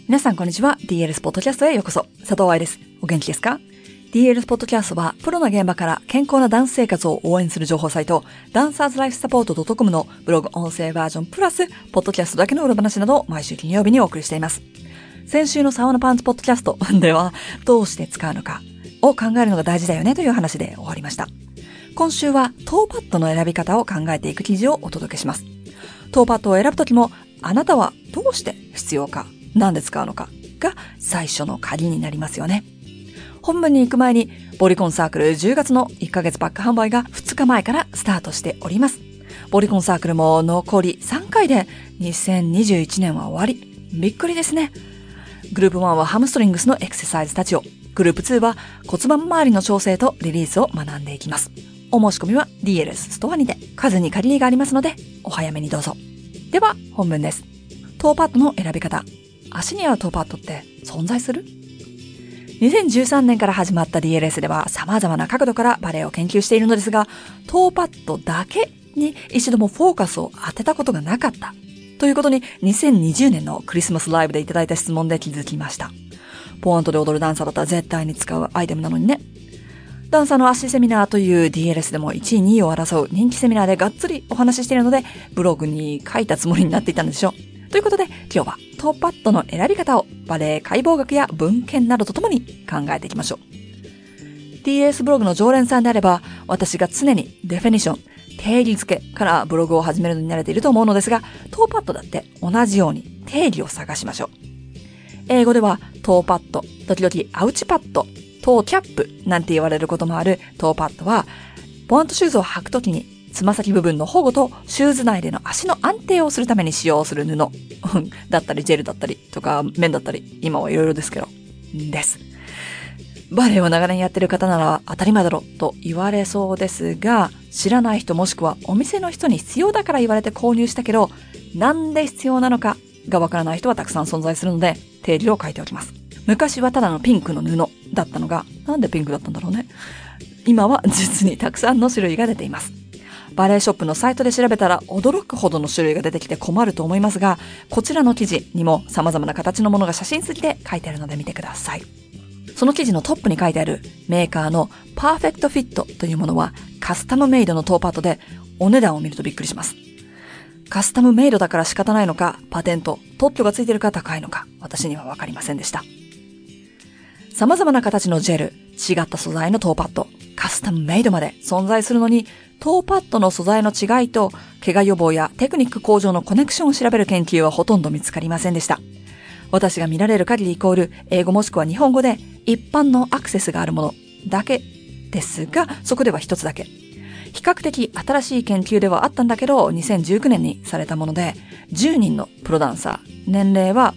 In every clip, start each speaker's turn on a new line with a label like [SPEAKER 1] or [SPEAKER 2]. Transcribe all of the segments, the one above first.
[SPEAKER 1] 皆さんこんにちは。DLS ポッドキャストへようこそ。佐藤愛です。お元気ですか？ DLS ポッドキャストはプロの現場から健康なダンス生活を応援する情報サイトダンサーズライフサポート .com のブログ音声バージョンプラスポッドキャストだけの裏話などを毎週金曜日にお送りしています。先週のサウナパンツポッドキャストではどうして使うのかを考えるのが大事だよねという話で終わりました。今週はトーパッドの選び方を考えていく記事をお届けします。トーパッドを選ぶときもあなたはどうして必要か、なんで使うのかが最初の鍵になりますよね。本文に行く前にボリコンサークル10月の1ヶ月バック販売が2日前からスタートしております。ボリコンサークルも残り3回で2021年は終わり。びっくりですね。グループ1はハムストリングスのエクササイズたちを、グループ2は骨盤周りの調整とリリースを学んでいきます。お申し込みは DLS ストアにて数に限りがありますのでお早めにどうぞ。では本文です。トーパッドの選び方。足に合うトーパッドって存在する？ 2013 年から始まった DLS では様々な角度からバレエを研究しているのですが、トーパッドだけに一度もフォーカスを当てたことがなかったということに2020年のクリスマスライブでいただいた質問で気づきました。ポワントで踊るダンサーだったら絶対に使うアイテムなのにね。ダンサーの足セミナーという DLS でも1位2位を争う人気セミナーでがっつりお話ししているので、ブログに書いたつもりになっていたんでしょう。ということで今日はトーパッドの選び方をバレエ解剖学や文献などとともに考えていきましょう。DLS ブログの常連さんであれば、私が常にデフィニション、定義付けからブログを始めるのに慣れていると思うのですが、トーパッドだって同じように定義を探しましょう。英語ではトーパッド、時々アウチパッド、トーキャップなんて言われることもあるトーパッドは、ポワントシューズを履くときにつま先部分の保護とシューズ内での足の安定をするために使用する布だったりジェルだったりとか綿だったり、今はいろいろですけどです。バレエを長年やってる方なら当たり前だろと言われそうですが、知らない人もしくはお店の人に必要だから言われて購入したけど、なんで必要なのかがわからない人はたくさん存在するので定義を書いておきます。昔はただのピンクの布だったのが、なんでピンクだったんだろうね。今は実にたくさんの種類が出ています。バレエショップのサイトで調べたら驚くほどの種類が出てきて困ると思いますが、こちらの記事にも様々な形のものが写真付きで書いてあるので見てください。その記事のトップに書いてあるメーカーのパーフェクトフィットというものはカスタムメイドのトーパッドで、お値段を見るとびっくりします。カスタムメイドだから仕方ないのか、パテント、特許がついているか高いのか、私にはわかりませんでした。様々な形のジェル、違った素材のトーパッド、カスタムメイドまで存在するのに、トーパッドの素材の違いと怪我予防やテクニック向上のコネクションを調べる研究はほとんど見つかりませんでした。私が見られる限りイコール英語もしくは日本語で一般のアクセスがあるものだけですが、そこでは一つだけ。比較的新しい研究ではあったんだけど、2019年にされたもので、10人のプロダンサー、年齢は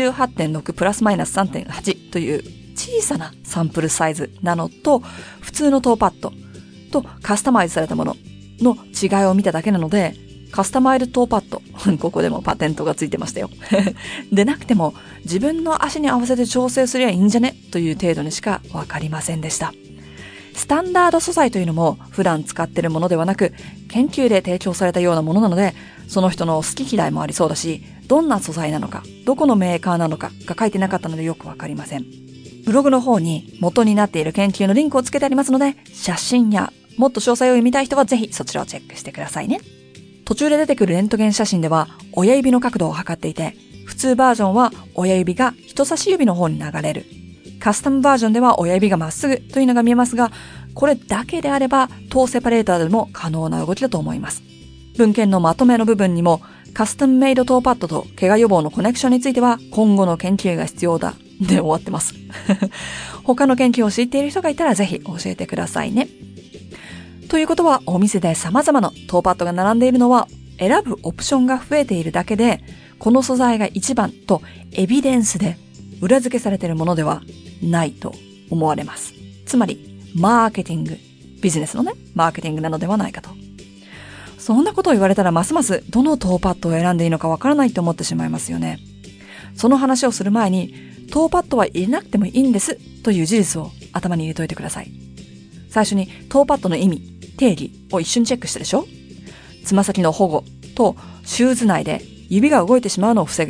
[SPEAKER 1] 18.6 プラスマイナス 3.8 という小さなサンプルサイズなのと、普通のトーパッドとカスタマイズされたものの違いを見ただけなので、カスタマイズトーパッド、ここでもパテントがついてましたよ。でなくても自分の足に合わせて調整すりゃいいんじゃねという程度にしかわかりませんでした。スタンダード素材というのも普段使っているものではなく、研究で提供されたようなものなので、その人の好き嫌いもありそうだし、どんな素材なのか、どこのメーカーなのかが書いてなかったのでよくわかりません。ブログの方に元になっている研究のリンクをつけてありますので、写真やもっと詳細を読みたい人はぜひそちらをチェックしてくださいね。途中で出てくるレントゲン写真では親指の角度を測っていて、普通バージョンは親指が人差し指の方に流れる。カスタムバージョンでは親指がまっすぐというのが見えますが、これだけであればトーセパレーターでも可能な動きだと思います。文献のまとめの部分にもカスタムメイドトーパッドと怪我予防のコネクションについては今後の研究が必要だで終わってます。他の研究を知っている人がいたらぜひ教えてくださいね。ということはお店で様々なトーパッドが並んでいるのは選ぶオプションが増えているだけで、この素材が一番とエビデンスで裏付けされているものではないと思われます。つまりマーケティング、ビジネスのね、マーケティングなのではないかと。そんなことを言われたらますますどのトーパッドを選んでいいのかわからないと思ってしまいますよね。その話をする前に、トーパッドは入れなくてもいいんですという事実を頭に入れといてください。最初にトーパッドの意味、定義を一緒にチェックしたでしょ？つま先の保護とシューズ内で指が動いてしまうのを防ぐ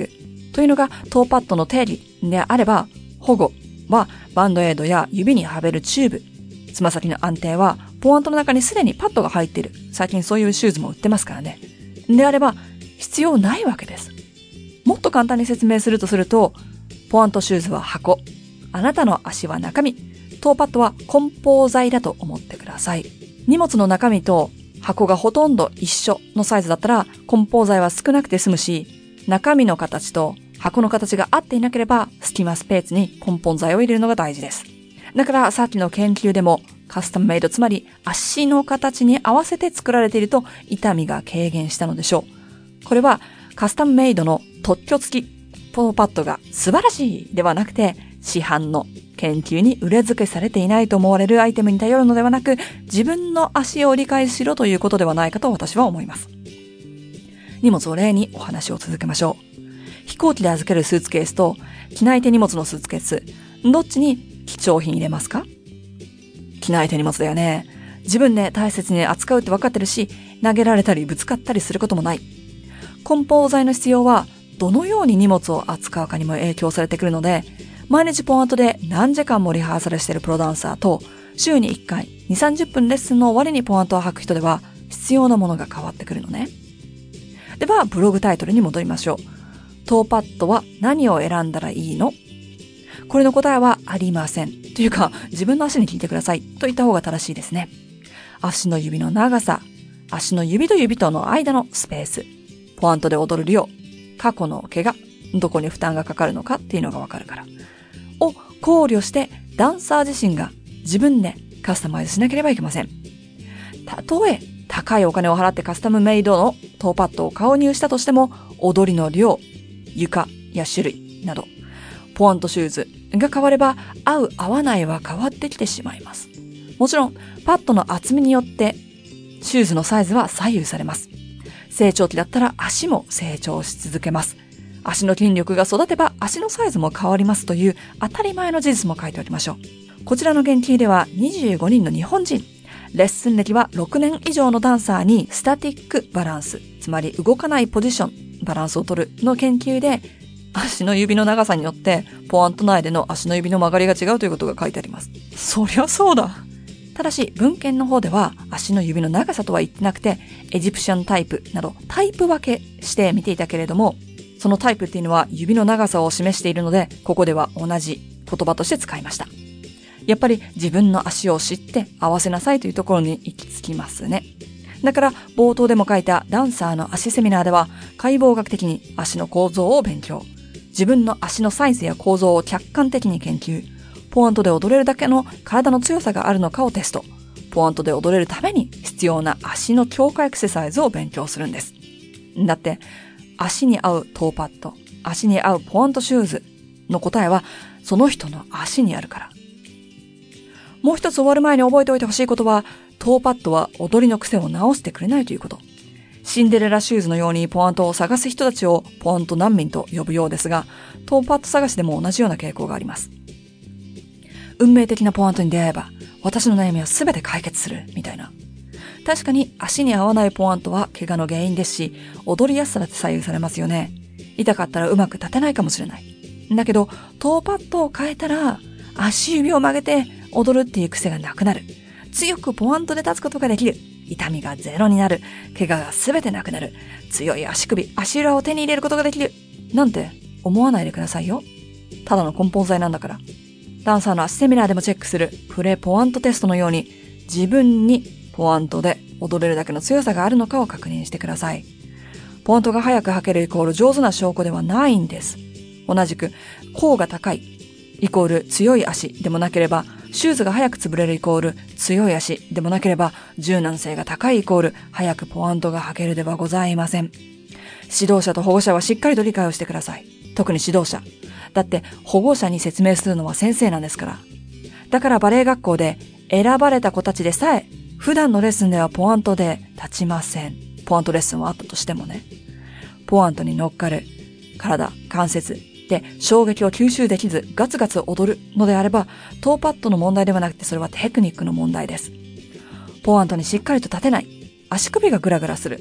[SPEAKER 1] というのがトーパッドの定理であれば、保護はバンドエイドや指にはめるチューブ、つま先の安定はポアントの中にすでにパッドが入っている。最近そういうシューズも売ってますからね。であれば必要ないわけです。もっと簡単に説明すると、ポアントシューズは箱、あなたの足は中身、トーパッドは梱包材だと思ってください。荷物の中身と箱がほとんど一緒のサイズだったら梱包材は少なくて済むし、中身の形と箱の形が合っていなければ隙間スペースに梱包材を入れるのが大事です。だからさっきの研究でもカスタムメイド、つまり足の形に合わせて作られていると痛みが軽減したのでしょう。これはカスタムメイドの特許付きトーパッドが素晴らしいではなくて、市販の研究に裏付けされていないと思われるアイテムに頼るのではなく、自分の足を理解しろということではないかと私は思います。荷物を例にお話を続けましょう。飛行機で預けるスーツケースと機内手荷物のスーツケース、どっちに貴重品入れますか？機内手荷物だよね。自分で大切に扱うって分かってるし、投げられたりぶつかったりすることもない。梱包材の必要はどのように荷物を扱うかにも影響されてくるので、毎日ポアントで何時間もリハーサルしているプロダンサーと、週に1回2、30分レッスンの終わりにポアントを履く人では必要なものが変わってくるのね。では、ブログタイトルに戻りましょう。トーパッドは何を選んだらいいの？これの答えはありません。というか、自分の足に聞いてくださいと言った方が正しいですね。足の指の長さ、足の指と指との間のスペース、ポアントで踊る量、過去の怪我、どこに負担がかかるのかっていうのがわかるから。を考慮してダンサー自身が自分でカスタマイズしなければいけません。たとえ高いお金を払ってカスタムメイドのトーパッドを購入したとしても、踊りの量、床や種類など、ポアントシューズが変われば合う合わないは変わってきてしまいます。もちろんパッドの厚みによってシューズのサイズは左右されます。成長期だったら足も成長し続けます。足の筋力が育てば足のサイズも変わりますという当たり前の事実も書いておきましょう。こちらの研究では25人の日本人、レッスン歴は6年以上のダンサーにスタティックバランス、つまり動かないポジション、バランスを取るの研究で、足の指の長さによってポアント内での足の指の曲がりが違うということが書いてあります。そりゃそうだ。ただし文献の方では足の指の長さとは言ってなくて、エジプシャンタイプなどタイプ分けして見ていたけれども、そのタイプっていうのは指の長さを示しているので、ここでは同じ言葉として使いました。やっぱり自分の足を知って合わせなさいというところに行き着きますね。だから冒頭でも書いたダンサーの足セミナーでは、解剖学的に足の構造を勉強。自分の足のサイズや構造を客観的に研究。ポアントで踊れるだけの体の強さがあるのかをテスト。ポアントで踊れるために必要な足の強化エクササイズを勉強するんです。だって、足に合うトーパッド、足に合うポアントシューズの答えはその人の足にあるから。もう一つ終わる前に覚えておいてほしいことは、トーパッドは踊りの癖を直してくれないということ。シンデレラシューズのようにポアントを探す人たちをポアント難民と呼ぶようですが、トーパッド探しでも同じような傾向があります。運命的なポアントに出会えば、私の悩みは全て解決する、みたいな。確かに足に合わないポアントは怪我の原因ですし、踊りやすさだって左右されますよね。痛かったらうまく立てないかもしれない。だけど、トーパッドを変えたら、足指を曲げて踊るっていう癖がなくなる。強くポアントで立つことができる。痛みがゼロになる。怪我が全てなくなる。強い足首、足裏を手に入れることができる。なんて思わないでくださいよ。ただの梱包材なんだから。ダンサーの足セミナーでもチェックするプレポアントテストのように、自分にポアントで踊れるだけの強さがあるのかを確認してください。ポアントが速く履けるイコール上手な証拠ではないんです。同じく、甲が高いイコール強い足でもなければ、シューズが早く潰れるイコール強い足でもなければ、柔軟性が高いイコール早くポアントが履けるではございません。指導者と保護者はしっかりと理解をしてください。特に指導者。だって保護者に説明するのは先生なんですから。だからバレエ学校で選ばれた子たちでさえ、普段のレッスンではポアントで立ちません。ポアントレッスンはあったとしてもね。ポアントに乗っかる体、関節で衝撃を吸収できずガツガツ踊るのであれば、トーパッドの問題ではなくて、それはテクニックの問題です。ポアントにしっかりと立てない。足首がグラグラする。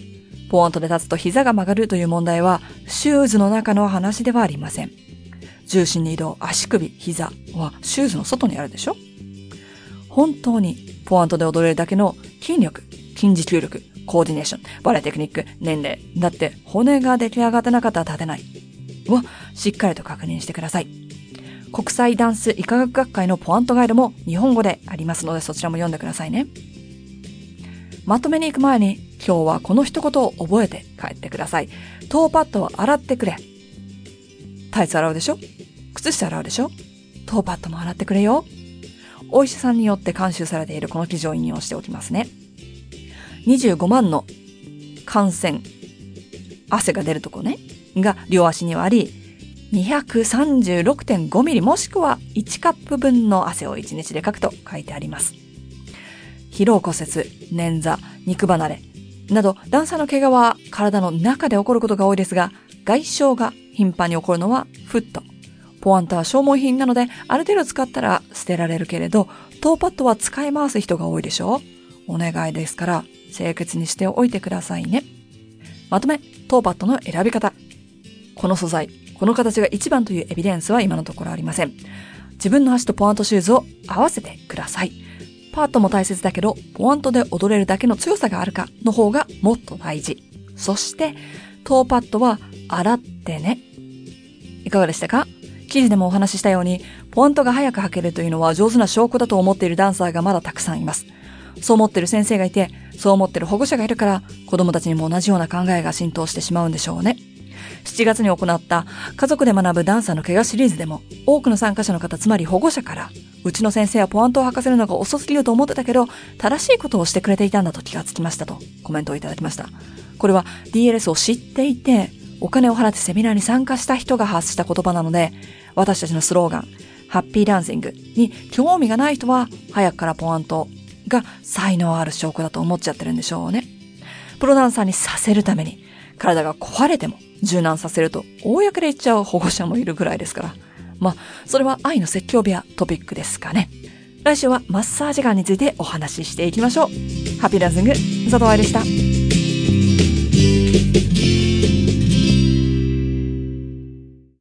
[SPEAKER 1] ポワントで立つと膝が曲がるという問題はシューズの中の話ではありません。重心の移動、足首、膝はシューズの外にあるでしょ。本当にポワントで踊れるだけの筋力、筋持久力、コーディネーション、バレエテクニック、年齢、だって骨が出来上がってなかったら立てないはしっかりと確認してください。国際ダンス医科学学会のポワントガイドも日本語でありますので、そちらも読んでくださいね。まとめに行く前に今日はこの一言を覚えて帰ってください。トーパッドを洗ってくれ。タイツ洗うでしょ、靴下洗うでしょ、トーパッドも洗ってくれよ。お医者さんによって監修されているこの記事を引用しておきますね。25万の汗腺、汗が出るとこね、が両足にはあり、236.5 ミリもしくは1カップ分の汗を1日でかくと書いてあります。疲労骨折、捻挫、肉離れなどダンサーの怪我は体の中で起こることが多いですが、外傷が頻繁に起こるのはフット。ポワントは消耗品なのである程度使ったら捨てられるけれど、トーパッドは使い回す人が多いでしょう。お願いですから清潔にしておいてくださいね。まとめ、トーパッドの選び方。この素材、この形が一番というエビデンスは今のところありません。自分の足とポワントシューズを合わせてください。パートも大切だけど、ポワントで踊れるだけの強さがあるかの方がもっと大事。そして、トーパッドは洗ってね。いかがでしたか？記事でもお話ししたように、ポワントが早く履けるというのは上手な証拠だと思っているダンサーがまだたくさんいます。そう思っている先生がいて、そう思っている保護者がいるから、子供たちにも同じような考えが浸透してしまうんでしょうね。7月に行った家族で学ぶダンサーの怪我シリーズでも、多くの参加者の方、つまり保護者から、うちの先生はポワントを履かせるのが遅すぎると思ってたけど、正しいことをしてくれていたんだと気がつきましたとコメントをいただきました。これは DLS を知っていて、お金を払ってセミナーに参加した人が発した言葉なので、私たちのスローガン、ハッピーダンシングに興味がない人は、早くからポワントが才能ある証拠だと思っちゃってるんでしょうね。プロダンサーにさせるために、体が壊れても柔軟させると公で言っちゃう保護者もいるぐらいですから。まあ、それは愛の説教部屋トピックですかね。来週はマッサージガンについてお話ししていきましょう。ハッピーダンシング、佐藤愛でした。